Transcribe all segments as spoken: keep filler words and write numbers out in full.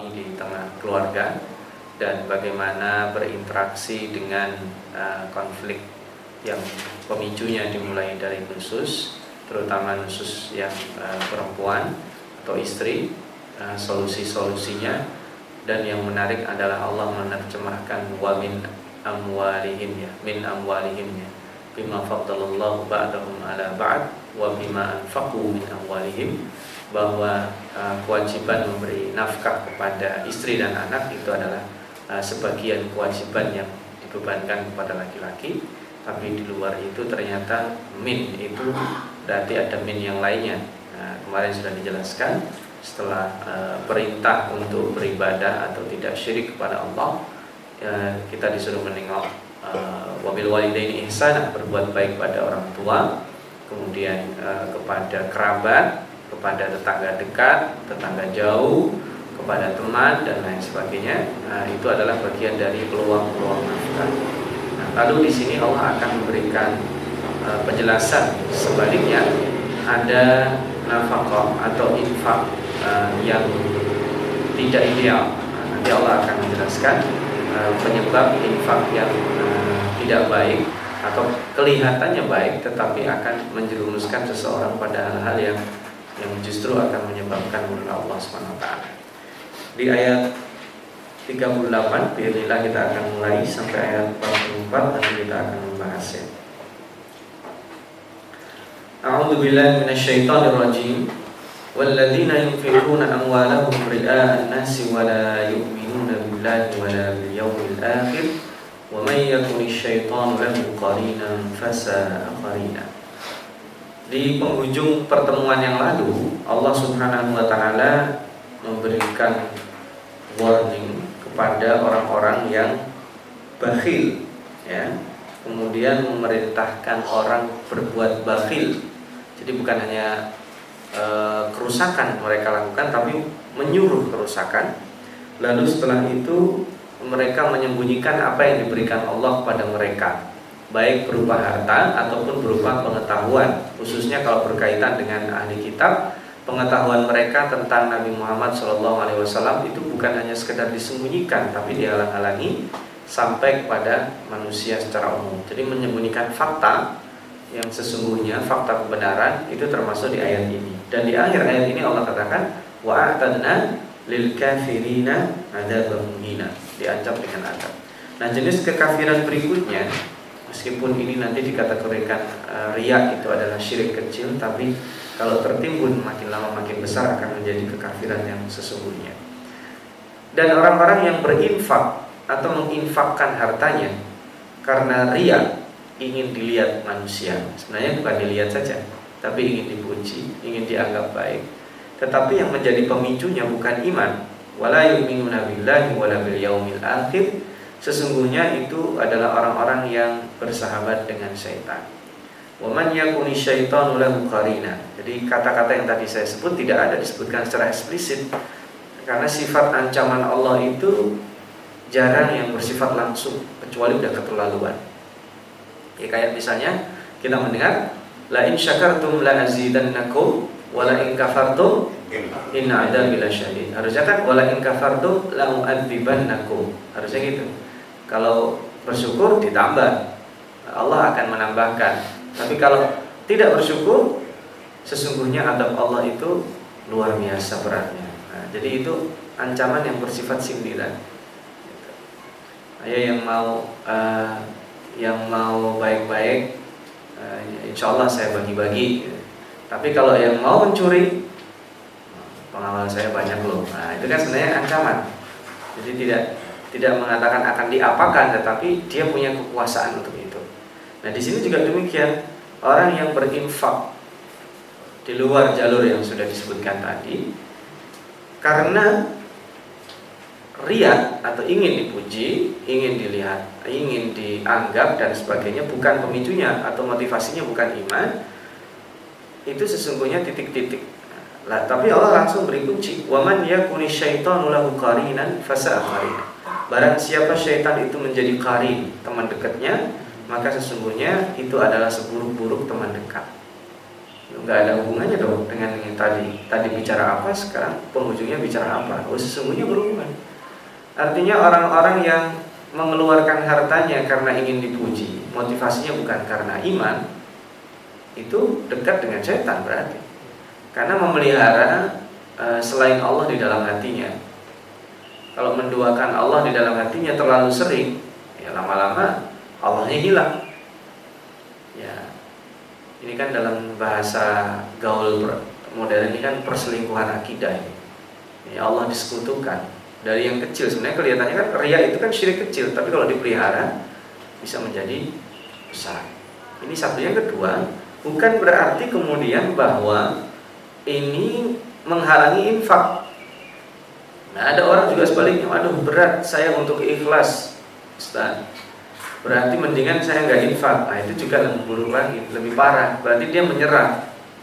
alami di tengah keluarga, dan bagaimana berinteraksi dengan uh, konflik yang pemicunya dimulai dari nusus, terutama nusus yang uh, perempuan atau istri, uh, solusi-solusinya. Dan yang menarik adalah Allah menerjemahkan wa min amwalihim, ya, min amwalihim, ya, bima faddalallahu ba'dahum ala ba'd wa bima anfaqu min amwalihim, bahwa uh, kewajiban memberi nafkah kepada istri dan anak itu adalah uh, sebagian kewajiban yang dibebankan kepada laki-laki. Tapi di luar itu ternyata min itu berarti ada min yang lainnya. Nah, kemarin sudah dijelaskan, setelah uh, perintah untuk beribadah atau tidak syirik kepada Allah, uh, kita disuruh menengok uh, wabil walidaini ihsana, berbuat baik pada orang tua, kemudian uh, kepada kerabat, kepada tetangga dekat, tetangga jauh, kepada teman dan lain sebagainya. Nah, itu adalah bagian dari peluang-peluang nafkah. Nah, lalu di sini Allah akan memberikan uh, penjelasan sebaliknya, ada nafkah atau infak uh, yang tidak ideal. Nah, nanti Allah akan menjelaskan uh, penyebab infak yang uh, tidak baik atau kelihatannya baik tetapi akan menjerumuskan seseorang pada hal-hal yang yang justru akan menyebabkan murka Allah subhanahu wa taala. Di ayat tiga puluh delapan, bismillah, kita akan mulai sampai ayat empat puluh empat, nanti kita akan membahasnya. A'udzubillahi minasyaitonir rajim. Walladzina yunfiquna amwalahum ri'a'an nasi wa la yu'minuna billahi wa la bil yawmil akhir wa may yakuni syaitanu lahu qarinan fasa'a qarina. Di penghujung pertemuan yang lalu, Allah Subhanahu wa taala memberikan warning kepada orang-orang yang bakhil, ya. Kemudian memerintahkan orang berbuat bakhil. Jadi bukan hanya e, kerusakan mereka lakukan, tapi menyuruh kerusakan. Lalu setelah itu mereka menyembunyikan apa yang diberikan Allah kepada mereka, baik berupa harta ataupun berupa pengetahuan. Khususnya kalau berkaitan dengan ahli kitab, pengetahuan mereka tentang Nabi Muhammad shallallahu alaihi wasallam itu bukan hanya sekedar disembunyikan, tapi dihalang-halangi sampai kepada manusia secara umum. Jadi menyembunyikan fakta yang sesungguhnya, fakta kebenaran, itu termasuk di ayat ini. Dan di akhir ayat ini Allah katakan wa a'tadna lil kafirina adzaban muhina, diancam dengan azab. Nah, jenis kekafiran berikutnya, meskipun ini nanti dikategorikan uh, riya itu adalah syirik kecil, tapi kalau tertimbun makin lama makin besar akan menjadi kekafiran yang sesungguhnya. Dan orang-orang yang berinfak atau menginfakkan hartanya karena riya, ingin dilihat manusia. Sebenarnya bukan dilihat saja, tapi ingin dipuji, ingin dianggap baik. Tetapi yang menjadi pemicunya bukan iman, wala yu'minuna billahi wala bil yaumil akhir. Sesungguhnya itu adalah orang-orang yang bersahabat dengan syaitan. Wa man yakuni syaitanu lahu qarina. Jadi kata-kata yang tadi saya sebut tidak ada disebutkan secara eksplisit, karena sifat ancaman Allah itu jarang yang bersifat langsung, kecuali udah keterlaluan. Ya, kayak misalnya kita mendengar la in syakartum la azidannakum wa la in kafartum inna adabi lasyadid. Harusnya kan wa la in kafartum la u'adzibannakum. Harusnya gitu. Kalau bersyukur ditambah, Allah akan menambahkan. Tapi kalau tidak bersyukur, sesungguhnya adab Allah itu luar biasa beratnya. Nah, jadi itu ancaman yang bersifat sindiran. Ayo yang mau uh, yang mau baik-baik, uh, insya Allah saya bagi-bagi. Tapi kalau yang mau mencuri, pengawal saya banyak loh. Nah, itu kan sebenarnya ancaman. Jadi tidak tidak mengatakan akan diapakan, tetapi dia punya kekuasaan untuk itu. Nah, di sini juga demikian, orang yang berinfak di luar jalur yang sudah disebutkan tadi, karena riya atau ingin dipuji, ingin dilihat, ingin dianggap dan sebagainya, bukan pemicunya atau motivasinya bukan iman, itu sesungguhnya titik-titik. Lah, tapi Allah langsung beri kunci, waman yakuni syaitanu lahu qarinan fasa'a qarina. Barang siapa syaitan itu menjadi qarin, teman dekatnya, maka sesungguhnya itu adalah seburuk-buruk teman dekat. nggak ada hubungannya dong dengan yang tadi. Tadi bicara apa, sekarang penghujungnya bicara apa? Oh, sesungguhnya berhubungan. Artinya orang-orang yang mengeluarkan hartanya karena ingin dipuji, motivasinya bukan karena iman, itu dekat dengan setan berarti. Karena memelihara uh, selain Allah di dalam hatinya. Kalau menduakan Allah di dalam hatinya terlalu sering, ya lama-lama Allahnya hilang. Ya, ini kan dalam bahasa gaul modern ini kan perselingkuhan akidah ini. Ya, Allah disekutukan. Dari yang kecil sebenarnya kelihatannya kan riya itu kan syirik kecil, tapi kalau dipelihara bisa menjadi besar. Ini satu. Yang kedua, bukan berarti kemudian bahwa ini menghalangi infak. Nah, ada orang juga sebaliknya, aduh berat saya untuk ikhlas, Ustaz. Berarti mendingan saya nggak infak. Nah, itu juga lebih buruk lagi, lebih parah. Berarti dia menyerah.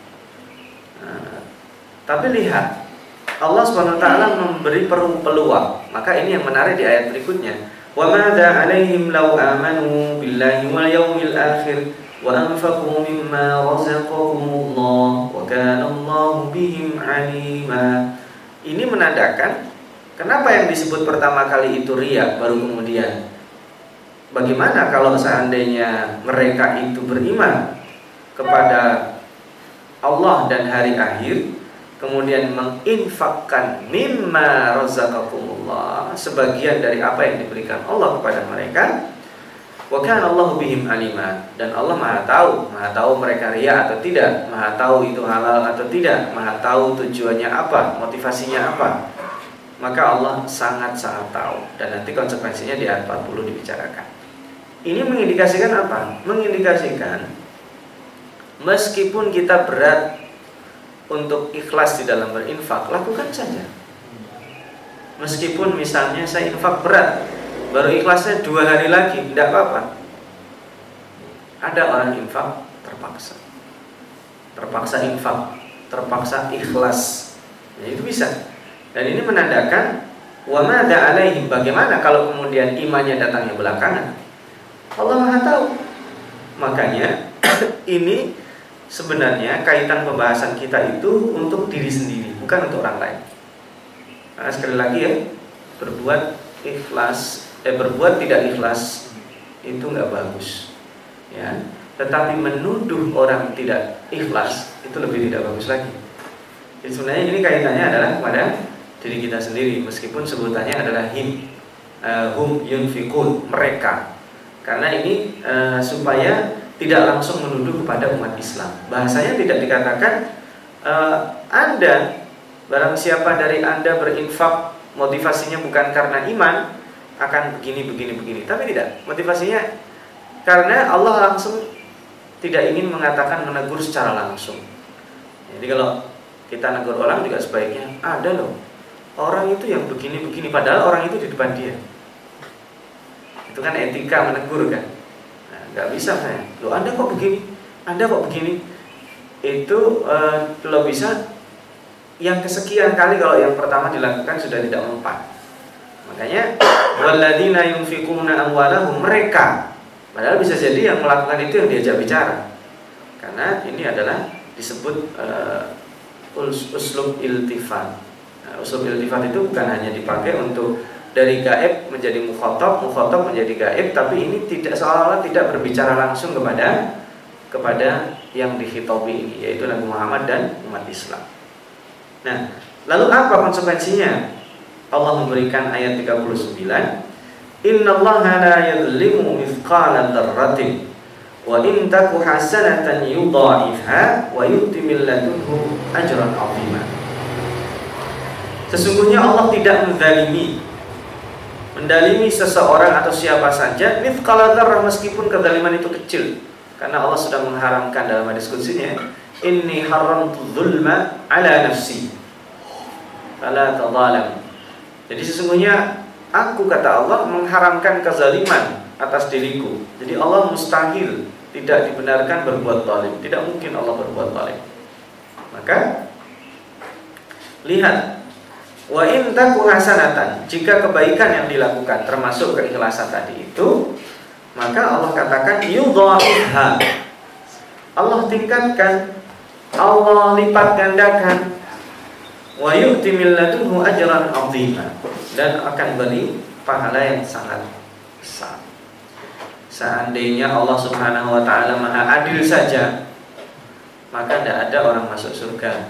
Nah, tapi lihat, Allah subhanahu wa taala memberi peluang. Maka ini yang menarik di ayat berikutnya. Wa madza 'alaihim law amanu billahi wal yawmil akhir wa anfaqu mimma razaqahumullah wa kana Allahu bihim 'alima. Ini menandakan kenapa yang disebut pertama kali itu riya, baru kemudian bagaimana kalau seandainya mereka itu beriman kepada Allah dan hari akhir, kemudian menginfakkan mimma razaqakumullah, sebagian dari apa yang diberikan Allah kepada mereka. Wa kana Allahu bihim alima, dan Allah Maha tahu, Maha tahu mereka riya atau tidak, Maha tahu itu halal atau tidak, Maha tahu tujuannya apa, motivasinya apa. Maka Allah sangat-sangat tahu, dan nanti konsekuensinya di ayat empat puluh dibicarakan. Ini mengindikasikan apa? Mengindikasikan meskipun kita berat untuk ikhlas di dalam berinfak, lakukan saja. Meskipun misalnya saya infak berat, baru ikhlasnya dua hari lagi, tidak apa-apa. Ada orang infak terpaksa, terpaksa infak, terpaksa ikhlas, ya, itu bisa. Dan ini menandakan wa madza 'alaihim, bagaimana kalau kemudian imannya datangnya belakangan. Allah Maha tahu. Makanya ini sebenarnya kaitan pembahasan kita itu untuk diri sendiri, bukan untuk orang lain. Nah, sekali lagi ya, berbuat ikhlas, eh berbuat tidak ikhlas itu nggak bagus, ya. Tetapi menuduh orang tidak ikhlas itu lebih tidak bagus lagi. Jadi sebenarnya ini kaitannya adalah pada diri kita sendiri, meskipun sebutannya adalah him, uh, hum yunfikun, mereka. Karena ini uh, supaya tidak langsung menuduh kepada umat Islam. Bahasanya tidak dikatakan e, Anda, barang siapa dari Anda berinfak motivasinya bukan karena iman, akan begini, begini, begini. Tapi tidak, motivasinya karena Allah langsung tidak ingin mengatakan, menegur secara langsung. Jadi kalau kita negur orang juga sebaiknya, ada loh orang itu yang begini-begini, padahal orang itu di depan dia. Itu kan etika menegur kan. Gak bisa saya, loh Anda kok begini, Anda kok begini. Itu uh, kalau bisa yang kesekian kali, kalau yang pertama dilakukan sudah tidak mempan. Makanya walladzina yunfikuna amwalahum, mereka, padahal bisa jadi yang melakukan itu yang diajak bicara. Karena ini adalah disebut uh, uslub iltifat. Nah, uslub iltifat itu bukan hanya dipakai untuk dari gaib menjadi mukhatab, mukhatab menjadi gaib, tapi ini tidak seolah-olah tidak berbicara langsung kepada kepada yang dikhitabi ini, yaitu Nabi Muhammad dan umat Islam. Nah, lalu apa konsekuensinya? Allah memberikan ayat tiga puluh sembilan, innallaha la yadhlimu mithqala dzarratin wa in taku hasanatan yudha'ifha wa yu'ti min ladunhu ajran 'azima. Sesungguhnya Allah tidak menzalimi mendalimi seseorang atau siapa saja mithqala dzarrah, meskipun kezaliman itu kecil. Karena Allah sudah mengharamkan dalam hadis qudsinya, inni haramtu dzulma ala nafsi fala tadzalam. Jadi sesungguhnya aku, kata Allah, mengharamkan kezaliman atas diriku. Jadi Allah mustahil, tidak dibenarkan berbuat zalim. Tidak mungkin Allah berbuat zalim. Maka lihat, wa in taku hasanatan, jika kebaikan yang dilakukan termasuk keikhlasan tadi itu, maka Allah katakan yudha'ifha, Allah tingkatkan Allah lipat gandakan. Wa yu'ti min ladunhu ajran 'azima, dan akan beri pahala yang sangat besar. Seandainya Allah Subhanahu wa taala Maha Adil saja, maka tidak ada orang masuk surga.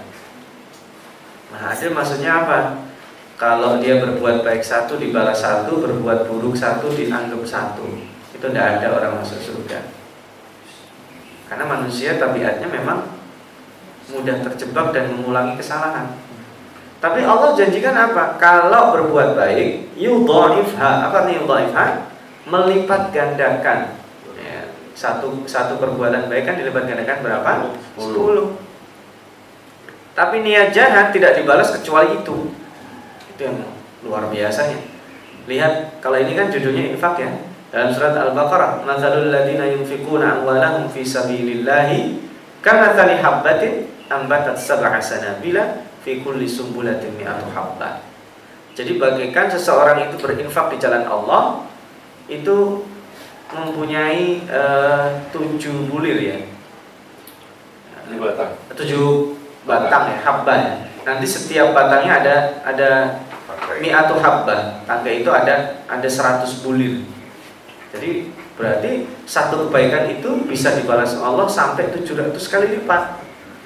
Maha Adil maksudnya apa? Kalau dia berbuat baik satu dibalas satu, berbuat buruk satu dianggap satu, itu tidak ada orang masuk surga. Karena manusia tabiatnya memang mudah terjebak dan mengulangi kesalahan. Tapi Allah janjikan apa? Kalau berbuat baik, yudha'ifha. Apa artinya yudha'ifha? Melipat gandakan. Ya, satu satu perbuatan baik kan dilipat gandakan berapa? sepuluh. Tapi niat jahat tidak dibalas kecuali itu. Itu yang luar biasanya. Lihat, kalau ini kan judulnya infak ya. Dalam surat Al-Baqarah, "Matsalul ladzina yunfiquna amwalahum fi sabilillahi kamatsali habbatin ambatat sab'a sanabila fi kulli sumbulatin mi'atu habbah." Jadi bagaikan seseorang itu berinfak di jalan Allah, itu mempunyai uh, tujuh bulir ya. Batang. Tujuh batang ya, habbah ya. Nanti setiap batangnya ada ada mi'atu habbah. Tangga itu ada ada seratus bulir. Jadi berarti satu kebaikan itu bisa dibalas Allah sampai tujuh ratus kali lipat.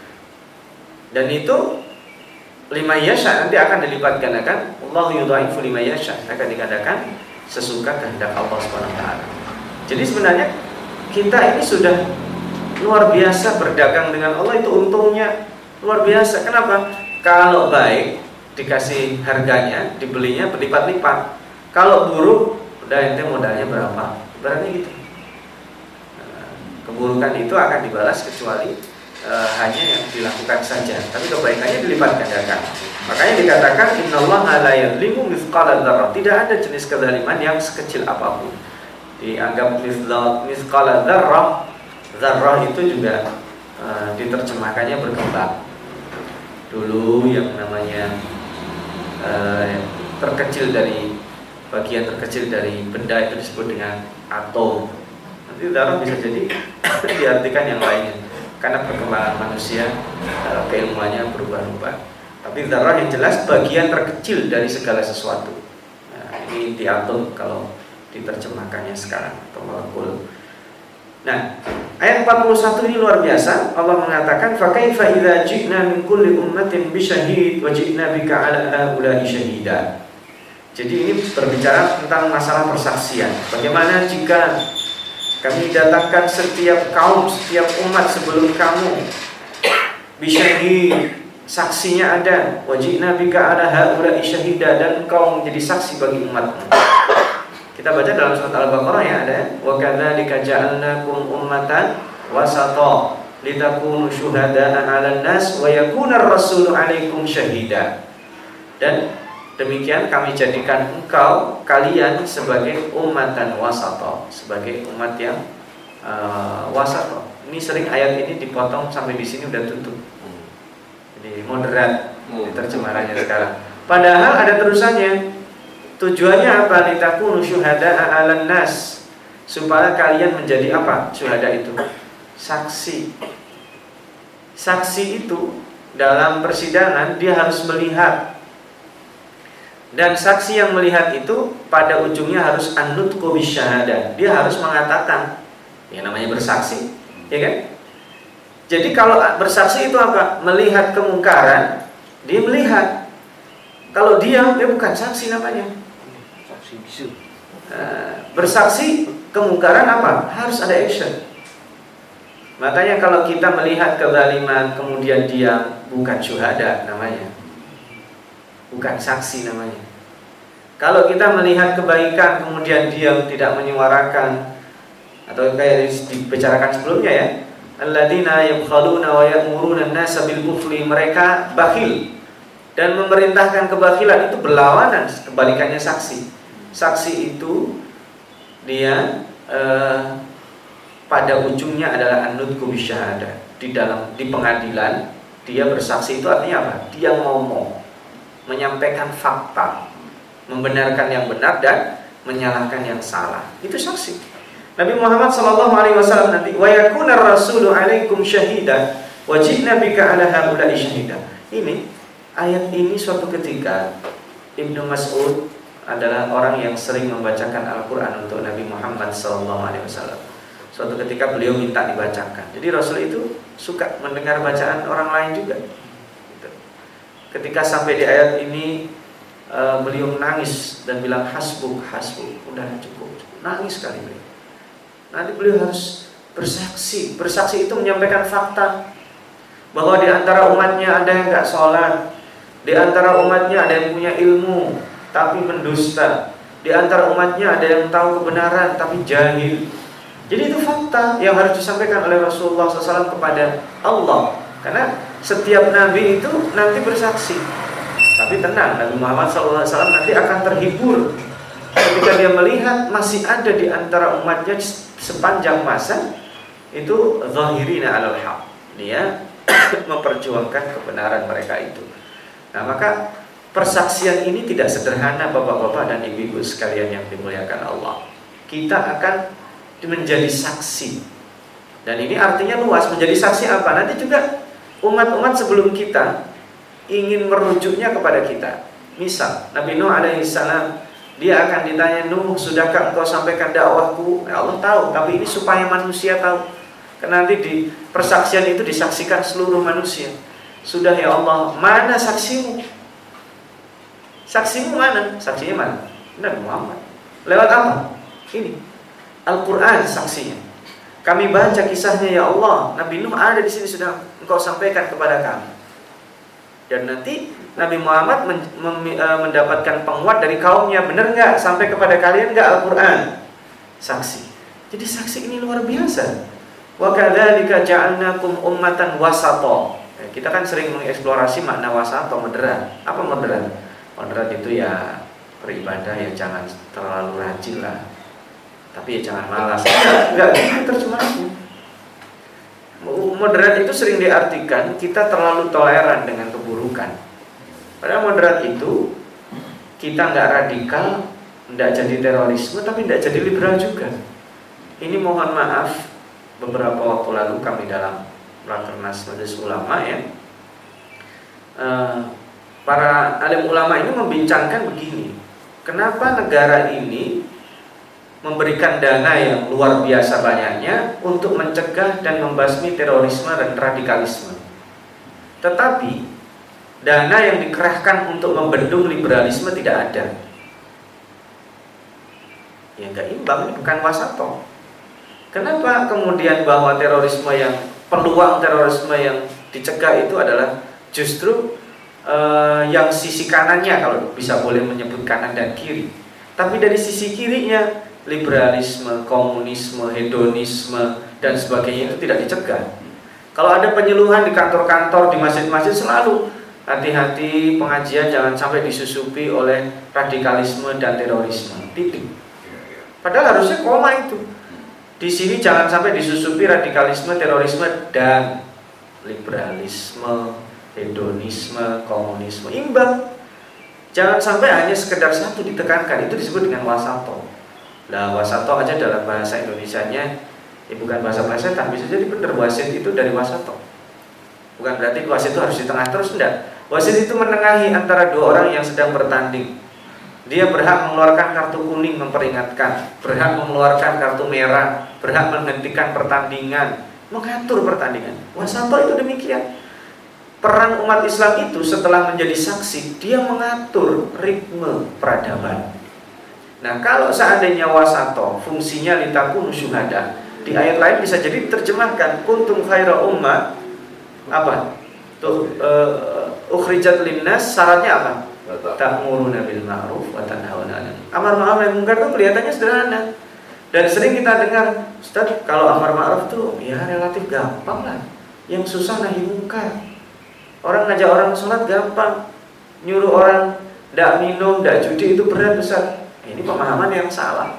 Dan itu lima yasha nanti akan dilipat gandakan. Allahu yudha'ifu lima yasha, akan digandakan sesuka kehendak Allah Subhanahu wa taala. Jadi sebenarnya kita ini sudah luar biasa berdagang dengan Allah, itu untungnya luar biasa. Kenapa? Kalau baik dikasih harganya, dibelinya berlipat-lipat. Kalau buruk, udah ente modalnya berapa? Berarti gitu. Nah, keburukan itu akan dibalas kecuali e, hanya yang dilakukan saja. Tapi kebaikannya dilipat gandakan. Makanya dikatakan innallaha la yadhlimu mithqala dzarrah. Tidak ada jenis kezaliman yang sekecil apapun. Dianggap mithqala dzarrah. Dzarrah itu juga e, diterjemahkannya berkembang. Dulu yang namanya e, terkecil dari bagian terkecil dari benda itu disebut dengan atom. Nanti dzarrah bisa jadi diartikan yang lainnya. Karena perkembangan manusia e, keilmuannya berubah-ubah. Tapi dzarrah yang jelas bagian terkecil dari segala sesuatu. Nah, ini inti atom kalau diterjemahkannya sekarang, atau molekul. Nah, ayat empat puluh satu ini luar biasa. Allah mengatakan, "Fa kaifa idza ji'na min kulli ummatin bi syahid wa ji'na bika 'ala haula'i syahida." Jadi ini berbicara tentang masalah persaksian. Bagaimana jika kami datangkan setiap kaum, setiap umat sebelum kamu bi syahid, saksinya ada, wajibna bika ala haula'i syahida, dan engkau menjadi saksi bagi umatmu. Kita baca dalam surat Al-Baqarah ya, ada wa kadzalika ja'alnakum ummatan wasata litakunu syuhada'a 'alan nas wa yakuna ar-rasulu 'alaikum syahida. Dan demikian kami jadikan engkau kalian sebagai ummatan wasata, sebagai umat yang uh, wasata. Ini sering ayat ini dipotong sampai di sini udah tutup. Jadi moderat terjemahannya sekarang. Padahal ada terusannya. Tujuannya apa? Litakunu syuhada'a 'alan nas, supaya kalian menjadi apa? Syuhada itu saksi. Saksi itu dalam persidangan dia harus melihat. Dan saksi yang melihat itu pada ujungnya harus an-nutqu bisyahada. Dia harus mengatakan, yang namanya bersaksi, ya kan? Jadi kalau bersaksi itu apa? Melihat kemungkaran, dia melihat. Kalau diam, dia bukan saksi namanya. Saksi bisu. Nah, bersaksi kemungkaran apa? Harus ada action. Makanya kalau kita melihat kezaliman kemudian diam, bukan syuhada namanya. Bukan saksi namanya. Kalau kita melihat kebaikan kemudian diam, tidak menyuarakan, atau kayak dibicarakan sebelumnya ya, alladzina yabkhaluna wa ya'muruna an-nasa bil bukhli, mereka bakhil dan memerintahkan kebakilan, itu berlawanan kebalikannya saksi. Saksi itu dia eh, pada ujungnya adalah an-nutqu bisyahada. Di dalam di pengadilan dia bersaksi, itu artinya apa? Dia ngomong, menyampaikan fakta, membenarkan yang benar dan menyalahkan yang salah. Itu saksi. Nabi Muhammad shallallahu alaihi wasallam nanti wa yakuna rasulu alaikum syahida, Wajibna bika ala haula'i syahida. Ini ayat ini suatu ketika Ibnu Mas'ud adalah orang yang sering membacakan Al-Quran untuk Nabi Muhammad shallallahu alaihi wasallam. Suatu ketika beliau minta dibacakan. Jadi Rasul itu suka mendengar bacaan orang lain juga. Ketika sampai di ayat ini, uh, beliau menangis dan bilang hasbuk, hasbuk, udah cukup, cukup. Nangis sekali beliau. Nanti beliau harus bersaksi. Bersaksi itu menyampaikan fakta bahwa di antara umatnya ada yang gak sholat, di antara umatnya ada yang punya ilmu tapi mendusta, di antara umatnya ada yang tahu kebenaran tapi jahil. Jadi itu fakta yang harus disampaikan oleh Rasulullah shallallahu alaihi wasallam kepada Allah. Karena setiap nabi itu nanti bersaksi. Tapi tenang, Nabi Muhammad shallallahu alaihi wasallam nanti akan terhibur ketika dia melihat masih ada di antara umatnya sepanjang masa itu zahirina alal haq. Dia memperjuangkan kebenaran mereka itu. Nah, maka persaksian ini tidak sederhana bapak-bapak dan ibu-ibu sekalian yang dimuliakan Allah. Kita akan menjadi saksi. Dan ini artinya luas. Menjadi saksi apa? Nanti juga umat-umat sebelum kita ingin merujuknya kepada kita. Misal Nabi Nuh alaihi salam, dia akan ditanya, Nuh, sudahkah engkau sampaikan dakwahku? Ya Allah tahu, tapi ini supaya manusia tahu. Karena nanti di persaksian itu disaksikan seluruh manusia. Sudah ya Allah, mana saksimu? Saksimu mana? Saksinya mana? Nabi Muhammad. Lewat apa? Ini Al-Quran saksinya. Kami baca kisahnya ya Allah, Nabi Nuh ada di sini sudah engkau sampaikan kepada kami. Dan nanti Nabi Muhammad men men mendapatkan penguat dari kaumnya. Benar nggak sampai kepada kalian nggak Al-Quran? Saksi. Jadi saksi ini luar biasa. Wa kadzalika ja'alnakum ummatan wasata. Kita kan sering mengeksplorasi makna wasata, moderat. Apa moderat? Moderat itu ya beribadah ya jangan terlalu rajin lah. Tapi ya jangan malas. Enggak gitu terjemahannya. Moderat itu sering diartikan kita terlalu toleran dengan keburukan. Padahal moderat itu kita nggak radikal, nggak jadi terorisme, tapi nggak jadi liberal juga. Ini mohon maaf, beberapa waktu lalu kami dalam Rakernas Majelis Ulama ya, uh, para alim ulama ini membincangkan begini, kenapa negara ini memberikan dana yang luar biasa banyaknya untuk mencegah dan membasmi terorisme dan radikalisme, tetapi dana yang dikerahkan untuk membendung liberalisme tidak ada. Ya nggak imbang, ini bukan wasato. Kenapa kemudian bahwa terorisme yang peluang terorisme yang dicegah itu adalah justru uh, yang sisi kanannya, kalau bisa boleh menyebut kanan dan kiri, tapi dari sisi kirinya liberalisme, komunisme, hedonisme dan sebagainya itu tidak dicegah. Kalau ada penyuluhan di kantor-kantor, di masjid-masjid, selalu hati-hati pengajian jangan sampai disusupi oleh radikalisme dan terorisme. Titik. Padahal harusnya koma itu. Di sini jangan sampai disusupi radikalisme, terorisme dan liberalisme, hedonisme, komunisme. Imbang. Jangan sampai hanya sekedar satu ditekankan. Itu disebut dengan wasato. Nah, wasato aja dalam bahasa Indonesianya, ya bukan bahasa plesetan, bisa jadi benar wasit itu dari wasato. Bukan berarti wasit itu harus di tengah terus, enggak. Wasit itu menengahi antara dua orang yang sedang bertanding. Dia berhak mengeluarkan kartu kuning memperingatkan, berhak mengeluarkan kartu merah, berhak menghentikan pertandingan, mengatur pertandingan. Wasato itu demikian. Peran umat Islam itu setelah menjadi saksi, dia mengatur ritme peradaban. Nah, kalau seandainya wasato fungsinya litakunu syuhada, di ayat lain bisa jadi diterjemahkan kuntum khaira ummah apa? Tuh uh, ukhrijat linnas, syaratnya apa? Ta'muruna bil ma'ruf wa tanhauna 'anil munkar. Amar ma'ruf nahi munkar itu kelihatannya sederhana. Dan sering kita dengar, Ustaz, kalau amar ma'ruf tuh ya relatif gampang lah. Yang susah nahi munkar. Orang ngajak orang sholat gampang, nyuruh orang ndak minum, ndak judi itu berat, Ustaz. Ini pemahaman yang salah.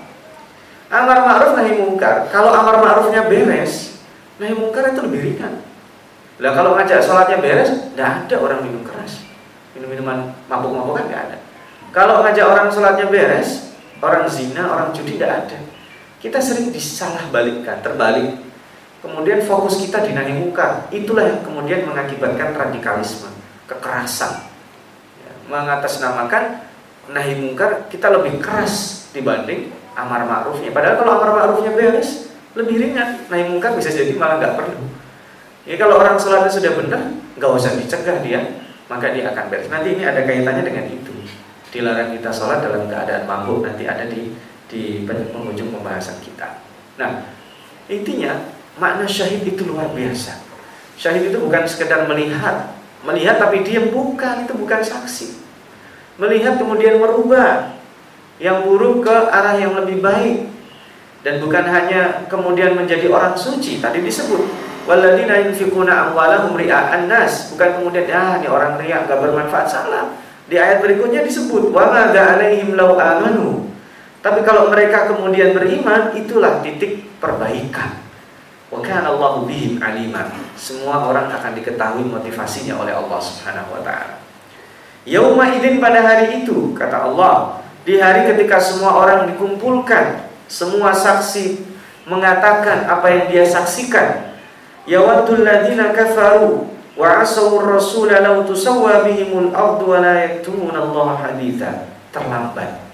Amar ma'ruf nahi munkar, kalau amar ma'rufnya beres, nahi munkar itu lebih ringan. Lah kalau ngajak sholatnya beres, ndak ada orang minum keras, minum-minuman mabuk-mabukan nggak ada. Kalau ngajak orang sholatnya beres, orang zina, orang judi nggak ada. Kita sering disalah balikkan, terbalik. kemudian fokus kita di nahi mungkar. Itulah yang kemudian mengakibatkan radikalisme, kekerasan. Ya, mengatasnamakan nahi mungkar kita lebih keras dibanding amar ma'rufnya. Padahal kalau amar ma'rufnya beres, lebih ringan. Nahi mungkar bisa jadi malah nggak perlu. Ya kalau orang sholatnya sudah benar, nggak usah dicegah dia, maka dia akan beres. Nanti ini ada kaitannya dengan itu. Dilarang kita sholat dalam keadaan mabuk, nanti ada di di penghujung pembahasan kita. Nah, intinya makna syahid itu luar biasa. Syahid itu bukan sekedar melihat, melihat tapi diam, bukan, itu bukan saksi. Melihat kemudian merubah yang buruk ke arah yang lebih baik, dan bukan hanya kemudian menjadi orang suci. Tadi disebut walladzina yunfiquna amwalahum ria'an nas, bukan kemudian ah ini orang riya enggak bermanfaat, salah. Di ayat berikutnya disebut wa ma alaihim law amanu. Tapi kalau mereka kemudian beriman, itulah titik perbaikan. Wa kana Allahu bihim aliman. Semua orang akan diketahui motivasinya oleh Allah Subhanahu wa taala. Yauma idzin, pada hari itu, kata Allah, di hari ketika semua orang dikumpulkan, semua saksi mengatakan apa yang dia saksikan. Yawaddul ladzina kafaru wa asawur rasula law tusawwa bihimul ardu wa la yaktumuna Allah haditha. Terlambat.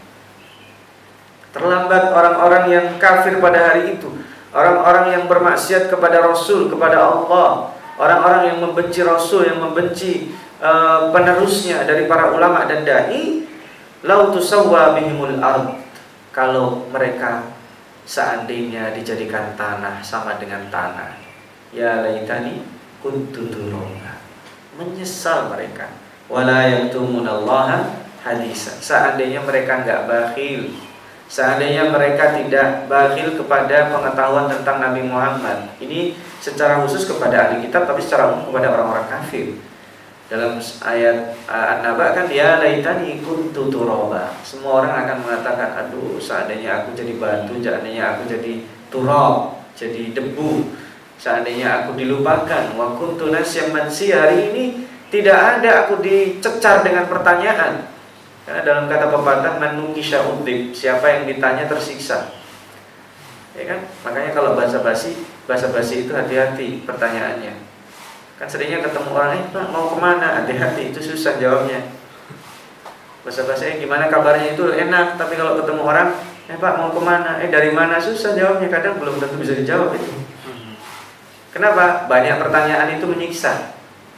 Terlambat orang-orang yang kafir pada hari itu, orang-orang yang bermaksiat kepada Rasul, kepada Allah, orang-orang yang membenci Rasul, yang membenci uh, penerusnya dari para ulama dan dai. Lau tusawwa bihimul ard, kalau mereka seandainya dijadikan tanah sama dengan tanah, ya laitani kuntu turaba, menyesal mereka. Wala yaktumunallaha hadisa, seandainya mereka enggak bakhil, seandainya mereka tidak bakhil kepada pengetahuan tentang Nabi Muhammad. Ini secara khusus kepada ahli kitab, tapi secara umum kepada orang-orang kafir. Dalam ayat An-Naba kan ya laitani kuntu turaba, semua orang akan mengatakan, aduh seandainya aku jadi batu, seandainya aku jadi turab, jadi debu, seandainya aku dilupakan. Wa kuntu nasyan mansiya, hari ini tidak ada aku dicecar dengan pertanyaan. Karena dalam kata pepatah man nukisha udhib, siapa yang ditanya tersiksa. Ya kan? Makanya kalau bahasa basi, bahasa basi itu hati-hati pertanyaannya. Kan seringnya ketemu orang, eh Pak mau kemana? Hati-hati, itu susah jawabnya. Bahasa basinya gimana kabarnya itu enak, tapi kalau ketemu orang, eh Pak mau kemana? Eh dari mana? Susah jawabnya, kadang belum tentu bisa dijawab itu. Kenapa? Banyak pertanyaan itu menyiksa.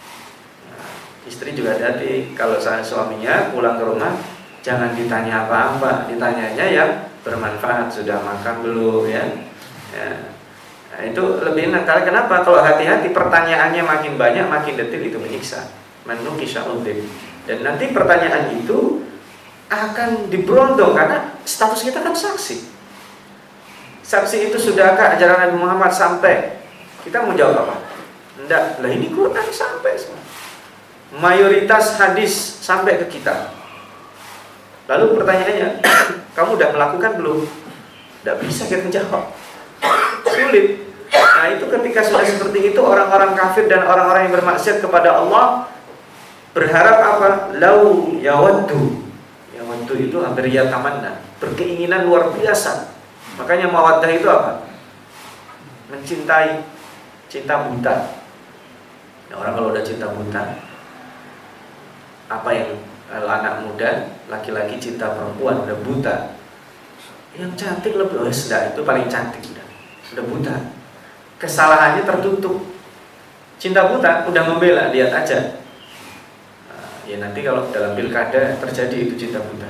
Istri juga hati-hati, kalau saya suaminya pulang ke rumah jangan ditanya apa-apa, ditanyanya yang bermanfaat, sudah makan belum ya. Ya. Nah, itu lebih nakal. Kenapa? Kalau hati-hati pertanyaannya makin banyak, makin detil, itu menyiksa. Manukisha udhib. Dan nanti pertanyaan itu akan diberondong karena status kita kan saksi. Saksi itu sudahkah ajaran Nabi Muhammad sampai? Kita mau jawab apa? Enggak. Lah ini Quran sampai semua. Mayoritas hadis sampai ke kita. Lalu pertanyaannya, kamu udah melakukan belum? Tidak bisa kita jawab, sulit. Nah itu ketika sudah seperti itu, orang-orang kafir dan orang-orang yang bermaksiat kepada Allah berharap apa? Lau yawaddu. Yawaddu itu hampir ya tamanna, berkeinginan luar biasa. Makanya mawaddah itu apa? Mencintai, cinta buta. Nah, orang kalau udah cinta buta, apa yang anak muda, laki-laki cinta perempuan, udah buta. Yang cantik lebih, oh sudah itu paling cantik, udah, udah buta. Kesalahannya tertutup. Cinta buta, udah membela, lihat aja. Nah, ya nanti kalau dalam pilkada terjadi itu cinta buta.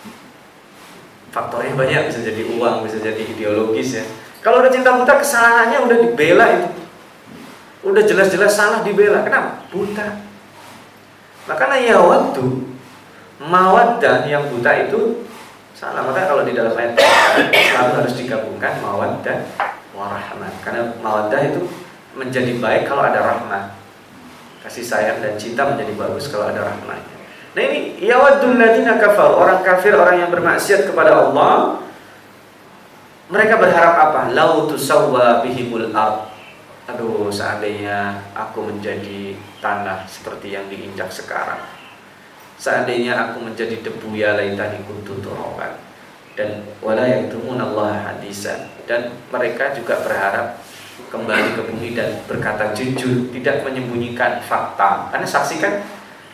Faktornya banyak, bisa jadi uang, bisa jadi ideologis ya. Kalau udah cinta buta, kesalahannya udah dibela itu. Udah jelas-jelas salah dibela. Kenapa? Buta. Makanya ya waktu mawaddah yang buta itu salah. Maka kalau di dalam ayat selalu harus digabungkan mawaddah warahmah. Karena mawaddah itu menjadi baik kalau ada rahmah, kasih sayang dan cinta menjadi bagus kalau ada rahmahnya. Nah ini yawaddul ladzina kafaru, orang kafir, orang yang bermaksiat kepada Allah, mereka berharap apa? Lau tusawwa bihimul ard. Aduh seandainya aku menjadi tanah seperti yang diinjak sekarang, seandainya aku menjadi debu, ya laitani kuntu turaban. Dan wala yaktumun Allah hadisan. Dan mereka juga berharap kembali ke bumi dan berkata jujur, tidak menyembunyikan fakta. Anda saksikan,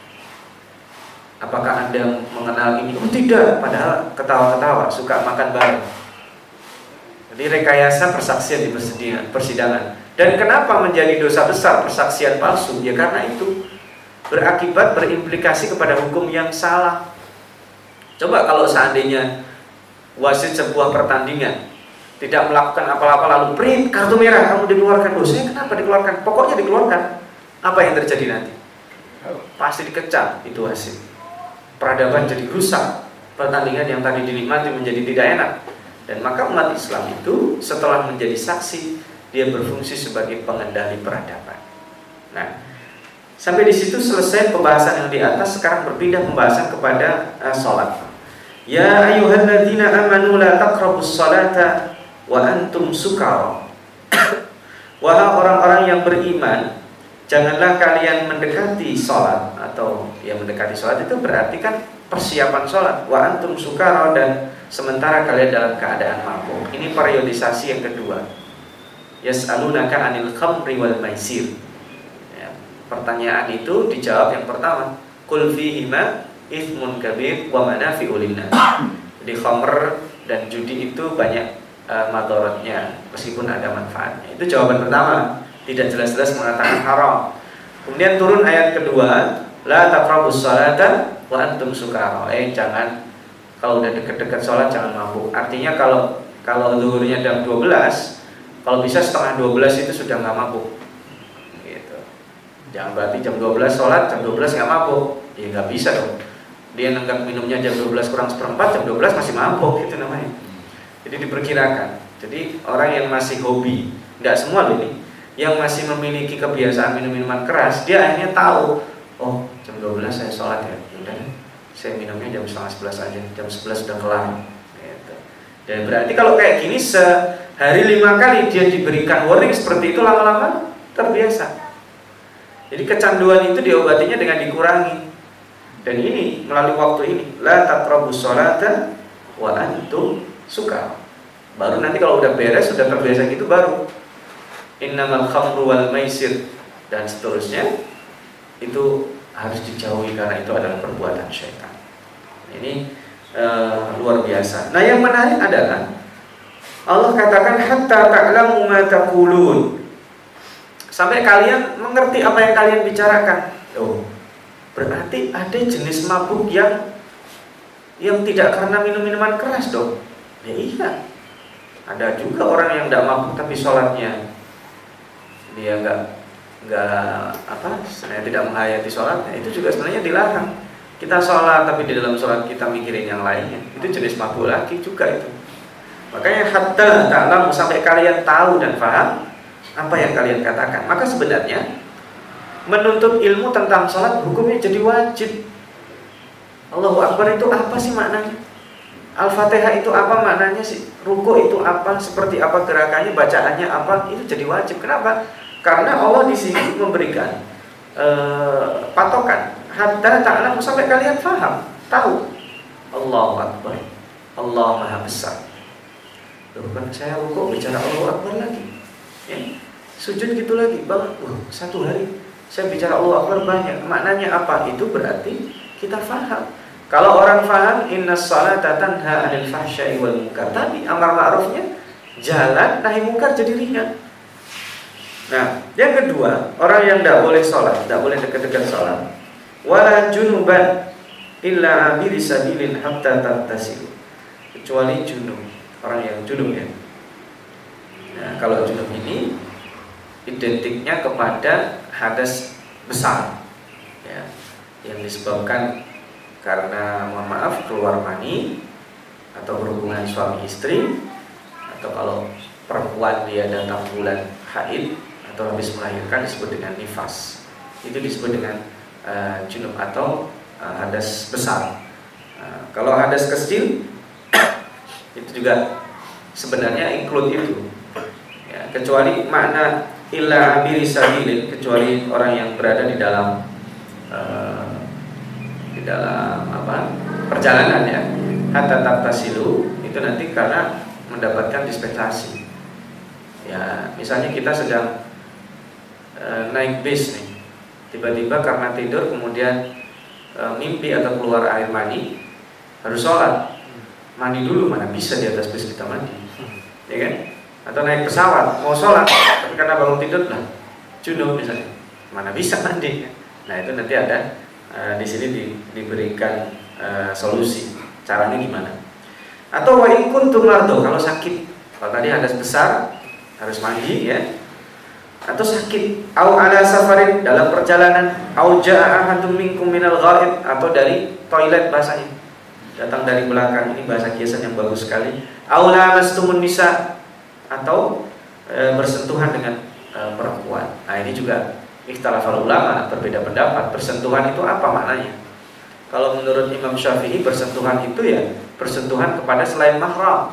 apakah Anda mengenal ini? Oh tidak, padahal ketawa-ketawa, suka makan bareng. Jadi rekayasa persaksian di persidangan. Dan kenapa menjadi dosa besar persaksian palsu? Ya karena itu berakibat, berimplikasi kepada hukum yang salah. Coba kalau seandainya wasit sebuah pertandingan tidak melakukan apa-apa lalu print kartu merah, kamu dikeluarkan. Dosanya kenapa dikeluarkan? Pokoknya dikeluarkan. Apa yang terjadi nanti? Pasti dikecam itu wasit. Peradaban jadi rusak. Pertandingan yang tadi dinikmati menjadi tidak enak. Dan maka umat Islam itu setelah menjadi saksi, dia berfungsi sebagai pengendali peradaban. Nah, sampai di situ selesai pembahasan yang di atas. Sekarang berpindah pembahasan kepada uh, sholat. Ya ayyuhalladzina amanu la taqrabus sholata wa antum sukara. Wahai orang-orang yang beriman, janganlah kalian mendekati sholat. Atau ya mendekati sholat itu berarti kan persiapan sholat. Wa antum sukara, dan sementara kalian dalam keadaan mabuk. Ini periodisasi yang kedua. Yas'alunaka 'anil khamri wal maisir. Ya, pertanyaan itu dijawab yang pertama, qul fihima ithmun kabir wa manafi'u linnas. Jadi khamr dan judi itu banyak uh, madharatnya meskipun ada manfaatnya. Itu jawaban pertama, tidak jelas-jelas mengatakan haram. Kemudian turun ayat kedua, la taqrabus sholata wa antum sukara. Eh jangan, kalau udah dekat-dekat sholat jangan mabuk. Artinya kalau kalau zuhurnya jam dua belas, kalau bisa setengah dua belas itu sudah nggak mabuk. Gitu. Jangan berarti jam dua belas sholat, jam dua belas nggak mabuk. Ya nggak bisa dong. Dia nenggak minumnya jam dua belas kurang seperempat, jam dua belas masih mabuk, gitu namanya. Jadi diperkirakan. Jadi orang yang masih hobi, nggak semua loh ini, yang masih memiliki kebiasaan minum-minuman keras, dia akhirnya tahu, oh jam dua belas saya sholat ya, udah saya minumnya jam setengah sebelas aja, jam sebelas sudah kelar. Gitu. Dan berarti kalau kayak gini sehari lima kali dia diberikan warning seperti itu, lama-lama terbiasa. Jadi kecanduan itu diobatinya dengan dikurangi. Dan ini melalui waktu ini, la taqrabus sholata wa antum sukara. Baru nanti kalau udah beres, sudah terbiasa gitu, baru innamal khamru wal maisir dan seterusnya itu harus dijauhi karena itu adalah perbuatan syaitan. Ini uh, luar biasa. Nah, yang menarik adalah Allah katakan hatta ta'lamu ma taqulun. Sampai kalian mengerti apa yang kalian bicarakan. Oh, berarti ada jenis mabuk yang yang tidak karena minum-minuman keras dong. Ya iya. Ada juga orang yang tidak mabuk tapi sholatnya dia nggak nggak apa, sebenarnya tidak menghayati sholatnya. Itu juga sebenarnya dilarang. Kita sholat tapi di dalam sholat kita mikirin yang lainnya. Itu jenis mabuk lagi juga itu. Makanya hatta ta'lamu, sampai kalian tahu dan paham apa yang kalian katakan. Maka sebenarnya menuntut ilmu tentang sholat hukumnya jadi wajib. Allahu Akbar itu apa sih maknanya? Al-Fatihah itu apa maknanya sih? Ruku itu apa? Seperti apa gerakannya? Bacaannya apa? Itu jadi wajib. Kenapa? Karena Allah di sini memberikan uh, patokan. Hatta ta'lamu, sampai kalian paham, tahu. Allahu Akbar, Allah Maha Besar. Loh, kan saya ruku bicara Allahu Akbar lagi. Ya? Sujud gitu lagi, banget. Wah, satu hari saya bicara Allah Akbar banyak. Maknanya apa? Itu berarti kita faham. Kalau orang faham, innas salata tanha 'anil fahsya'i wal munkar, tadi amar ma'rufnya jalan, nahi munkar jadi ringan. Nah, yang kedua, orang yang tidak boleh sholat, tidak boleh dekat-dekat sholat. Wala junuban illa 'abiri sabilin hatta tattasilu. Kecuali junub, orang yang junub ya. Nah, kalau junub ini identiknya kepada hadas besar ya, yang disebabkan karena mohon maaf keluar mani atau berhubungan suami istri, atau kalau perempuan dia datang bulan haid atau habis melahirkan disebut dengan nifas. Itu disebut dengan uh, junub atau uh, hadas besar. Uh, kalau hadas kecil itu juga sebenarnya include itu ya, kecuali makna illa abiri sabilin, kecuali orang yang berada di dalam uh, di dalam apa perjalanan ya, hatta tattasilu, itu nanti karena mendapatkan dispensasi Ya, misalnya kita sedang e, naik bis nih, tiba-tiba karena tidur kemudian e, mimpi atau keluar air mani, harus sholat. Mandi dulu, mana bisa di atas bis kita mandi, ya kan? Atau naik pesawat mau sholat, tapi karena bangun tidur lah junub misalnya, mana bisa mandi. Nah itu nanti ada e, di sini di, diberikan e, solusi, caranya gimana? Atau wa in kuntum mardo, kalau sakit, kalau tadi hadas besar harus mandi ya, atau sakit, au ala safarin, dalam perjalanan, au jaa ahadum minkum minal ghaib, atau dari toilet bahasanya, datang dari belakang, ini bahasa kiasan yang bagus sekali, au lamastumun nisa, atau e, bersentuhan dengan e, perempuan. Nah ini juga ikhtilafal ulama, berbeda pendapat, bersentuhan itu apa maknanya? Kalau menurut Imam Syafi'i, bersentuhan itu ya bersentuhan kepada selain mahram,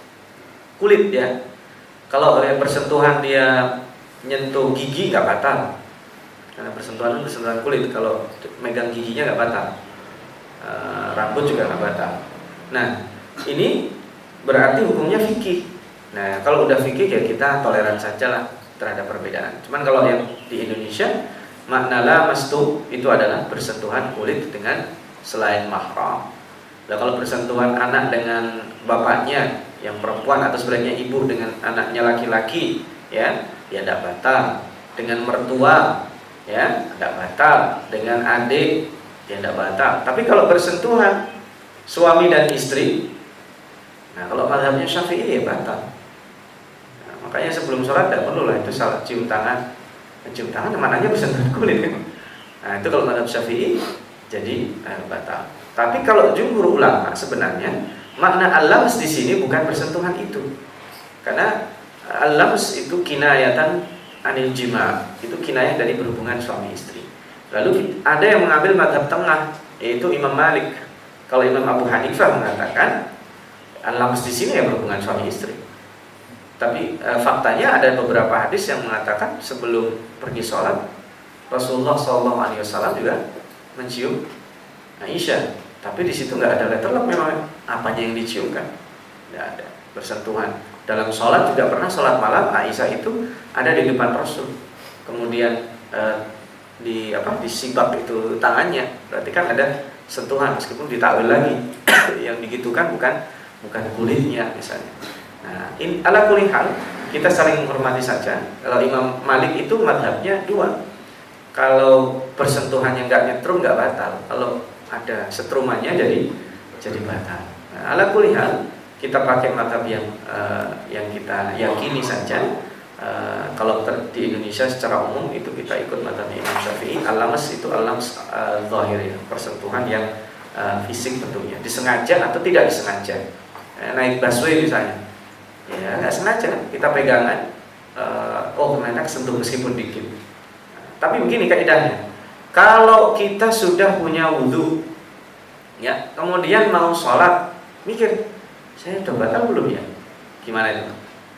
kulit ya. Kalau oleh bersentuhan dia nyentuh gigi nggak batal, karena bersentuhan itu bersentuhan kulit. Kalau megang giginya nggak batal, e, rambut juga nggak batal. Nah ini berarti hukumnya fikih. Nah kalau udah fikih ya kita toleran saja lah terhadap perbedaan. Cuman kalau yang di Indonesia, makna lamastu itu adalah bersentuhan kulit dengan selain mahram. Nah kalau bersentuhan anak dengan bapaknya yang perempuan, atau sebenarnya ibu dengan anaknya laki-laki, ya, ya tidak batal. Dengan mertua, ya, tidak batal. Dengan adik, ya tidak batal. Tapi kalau bersentuhan suami dan istri, nah kalau mazhabnya Syafi'i ya batal. Nah, makanya sebelum sholat tidak perlu lah itu salah cium tangan. Cium tangan maknanya bersentuhan kulit kan. Nah itu kalau mazhab Syafi'i jadi eh, batal. Tapi kalau jumhur ulama sebenarnya makna al-lams di sini bukan bersentuhan itu, karena al-lams itu kinayatan anil jima, itu kinayah dari berhubungan suami istri. Lalu ada yang mengambil mazhab tengah, yaitu Imam Malik. Kalau Imam Abu Hanifah mengatakan al-lams di sini ya berhubungan suami istri. Tapi e, faktanya ada beberapa hadis yang mengatakan sebelum pergi sholat Rasulullah shallallahu alaihi wasallam juga mencium Aisyah. Tapi di situ nggak ada letterlock memang. Apanya yang diciumkan? Nggak ada. Bersentuhan. Dalam sholat juga pernah sholat malam, Aisyah itu ada di depan Rasul. Kemudian e, di apa? Disibak itu tangannya. Berarti kan ada sentuhan, meskipun ditakwil lagi. Yang digitukan bukan bukan kulitnya misalnya. Nah, in, ala kulli hal kita saling menghormati saja. Kalau Imam Malik itu madhabnya dua. Kalau bersentuhannya nggak nyetrum nggak batal. Kalau ada setrumannya jadi jadi batal. Nah, ala kulli hal kita pakai madhab yang uh, yang kita yakini saja. Uh, kalau ter, di Indonesia secara umum itu kita ikut madhab Imam Syafi'i. Al-lamas itu al-lams uh, zahir, ya, persentuhan yang uh, fisik tentunya, disengaja atau tidak disengaja. Eh, naik busway misalnya, ya nggak sengaja kita pegangan, uh, oh enak sentuh meskipun dikit. Tapi begini kaidahnya, kalau kita sudah punya wudhu, ya, kemudian mau sholat, mikir, saya udah batal belum ya? Gimana itu?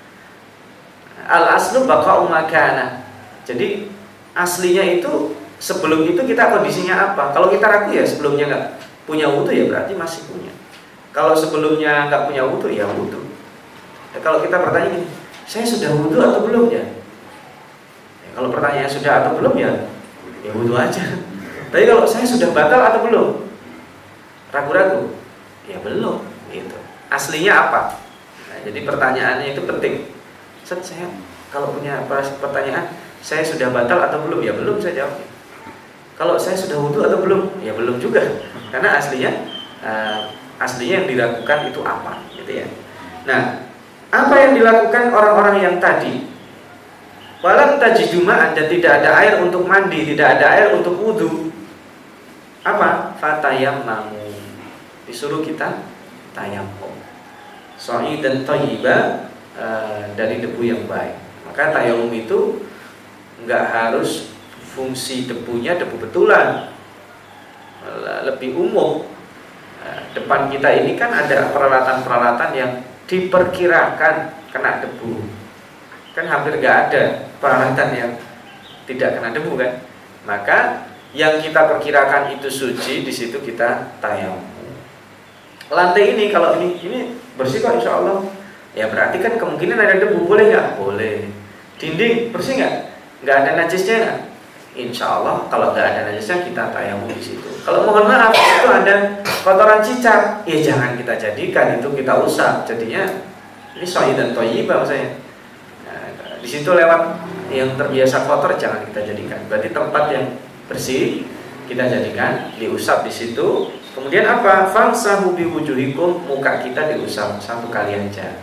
Al aslu baqa'u makana. Jadi aslinya itu sebelum itu kita kondisinya apa? Kalau kita ragu ya sebelumnya nggak punya wudhu ya berarti masih punya. Kalau sebelumnya nggak punya wudhu ya wudhu. Ya, kalau kita bertanya gini, saya sudah wudhu atau belum ya? Ya kalau pertanyaannya sudah atau belum ya, ya wudhu aja. Tapi kalau saya sudah batal atau belum, ragu-ragu, ya belum. Gitu. Aslinya apa? Nah, jadi pertanyaannya itu penting. Set, saya kalau punya pertanyaan, saya sudah batal atau belum? Ya belum, saya jawab. Kalau saya sudah wudhu atau belum? Ya belum juga. Karena aslinya uh, aslinya yang dilakukan itu apa, gitu ya. Nah, apa yang dilakukan orang-orang yang tadi? Walam tajiduma, dan tidak ada air untuk mandi, tidak ada air untuk wudhu. Apa? Fatayammamu. Disuruh kita tayammum. Sha'idan thayyiba, uh, dari debu yang baik. Maka tayammum itu enggak harus fungsi debunya debu betulan, lebih umum. Nah, depan kita ini kan ada peralatan-peralatan yang diperkirakan kena debu. Kan hampir nggak ada peralatan yang tidak kena debu kan. Maka yang kita perkirakan itu suci, di situ kita tayammum. Lantai ini kalau ini ini bersih kok insya Allah. Ya berarti kan kemungkinan ada debu, boleh nggak? Boleh. Dinding bersih nggak? Nggak ada najisnya nggak? Insya Allah kalau nggak ada najisnya kita tayamum di situ. Kalau mohon maaf itu ada kotoran cicak, ya jangan kita jadikan itu kita usap. Jadinya ini sohidan thayyibah maksudnya. Nah, di situ lewat yang terbiasa kotor jangan kita jadikan. Berarti tempat yang bersih kita jadikan diusap di situ. Kemudian apa? Famsahu biwujuhikum, muka kita diusap satu kali aja.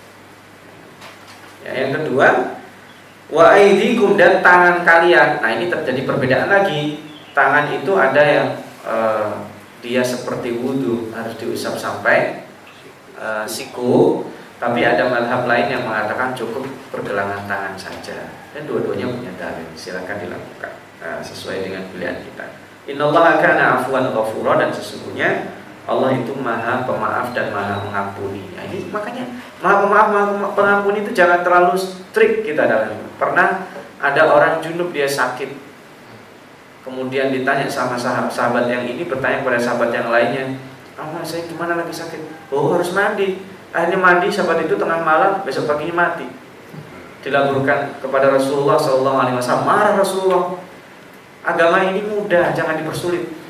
Ya, yang kedua, wa aidikum, dan tangan kalian. Nah, ini terjadi perbedaan lagi. Tangan itu ada yang uh, dia seperti wudhu harus diusap sampai uh, siku, tapi ada mazhab lain yang mengatakan cukup pergelangan tangan saja. Dan dua-duanya punya dalil. Silakan dilakukan uh, sesuai dengan pilihan kita. Innallaha kana afwan ghafura, dan sesungguhnya Allah itu maha pemaaf dan maha mengampuni. Nah, ini makanya maha pemaaf, maha pengampuni itu jangan terlalu strict kita dalam. Pernah ada orang junub, dia sakit, kemudian ditanya sama sahabat, sahabat yang ini bertanya kepada sahabat yang lainnya, "Ah, saya gimana lagi sakit?" "Oh, harus mandi." Akhirnya mandi, sahabat itu tengah malam, besok paginya mati. Dilaporkan kepada Rasulullah Shallallahu Alaihi Wasallam. Marah Rasulullah, agama ini mudah, jangan dipersulit.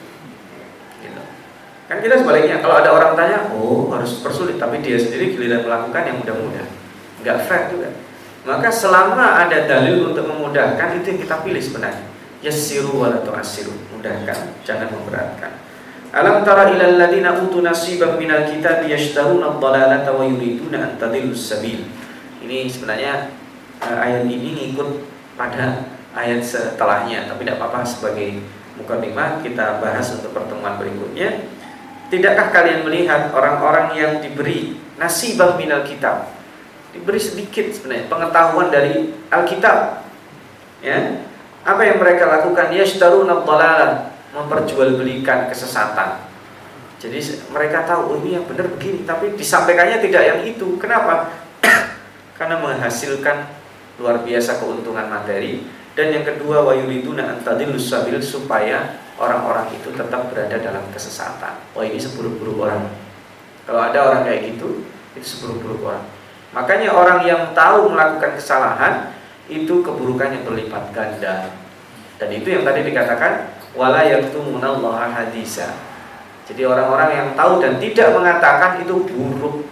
Kan kita sebaliknya, kalau ada orang tanya, oh harus persulit, tapi dia sendiri giliran melakukan yang mudah-mudah, nggak fair juga. Maka selama ada dalil untuk memudahkan, itu yang kita pilih sebenarnya. Yassiru wa la tu'assiru, mudahkan, jangan memberatkan. Alam tara ilal ladina utu nasiban minal kitab yashtaruna ad-dalalata wa yuriduna an tadillus sabil. Ini sebenarnya ayat ini ngikut pada ayat setelahnya, tapi tidak apa-apa, sebagai mukadimah kita bahas untuk pertemuan berikutnya. Tidakkah kalian melihat orang-orang yang diberi nasibah minal kitab, diberi sedikit sebenarnya pengetahuan dari Alkitab, ya, apa yang mereka lakukan? Yashtaruna ad-dalalah, memperjualbelikan kesesatan. Jadi mereka tahu, oh ini yang benar begini, tapi disampaikannya tidak yang itu. Kenapa? Karena menghasilkan luar biasa keuntungan materi. Dan yang kedua, wa yuriduna an tadillus sabil, supaya orang-orang itu tetap berada dalam kesesatan. Oh ini seburuk-buruk orang. Kalau ada orang kayak gitu, itu seburuk-buruk orang. Makanya orang yang tahu melakukan kesalahan itu keburukannya berlipat ganda. Dan itu yang tadi dikatakan wala yaktumunallaha hadisa. Jadi orang-orang yang tahu dan tidak mengatakan itu buruk.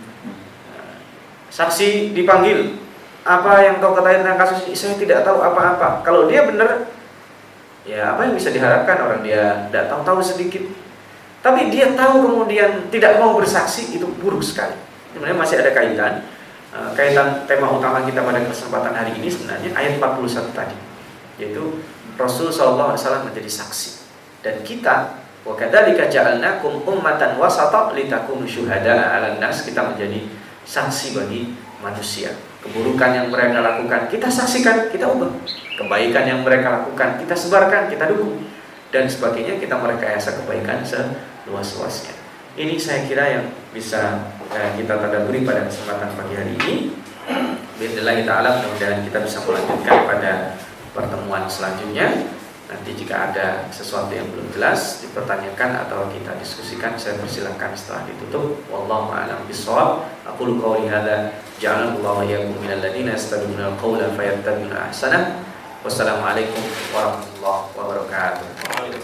Saksi dipanggil, apa yang kau ketahui tentang kasus ini? Saya tidak tahu apa-apa. Kalau dia benar, ya apa yang bisa diharapkan, orang dia tidak tahu-tahu sedikit. Tapi dia tahu kemudian tidak mau bersaksi, itu buruk sekali. Sebenarnya masih ada kaitan. Kaitan tema utama kita pada kesempatan hari ini sebenarnya ayat empat puluh satu tadi, yaitu Rasul shallallahu alaihi wasallam menjadi saksi. Dan kita, wa kadzalika ja'alnakum ummatan wasata litakunu syuhada'a 'alan nas, kita menjadi saksi bagi manusia. Keburukan yang mereka lakukan kita saksikan, kita ubah. Kebaikan yang mereka lakukan kita sebarkan, kita dukung. Dan sebagainya, kita merekayasa kebaikan seluas-luasnya. Ini saya kira yang bisa eh, kita tadaburi pada kesempatan pagi hari ini. Bismillah ta'ala, mudah-mudahan kita bisa melanjutkan pada pertemuan selanjutnya. Nanti jika ada sesuatu yang belum jelas dipertanyakan atau kita diskusikan, saya persilakan setelah ditutup. Wallahu a'lam bishawab. Aqulu qouli hadza, ja'alallahu wa iyyakum minal ladzina yastami'una al-qawla fayattabi'una ahsanah. Wassalamualaikum warahmatullahi wabarakatuh.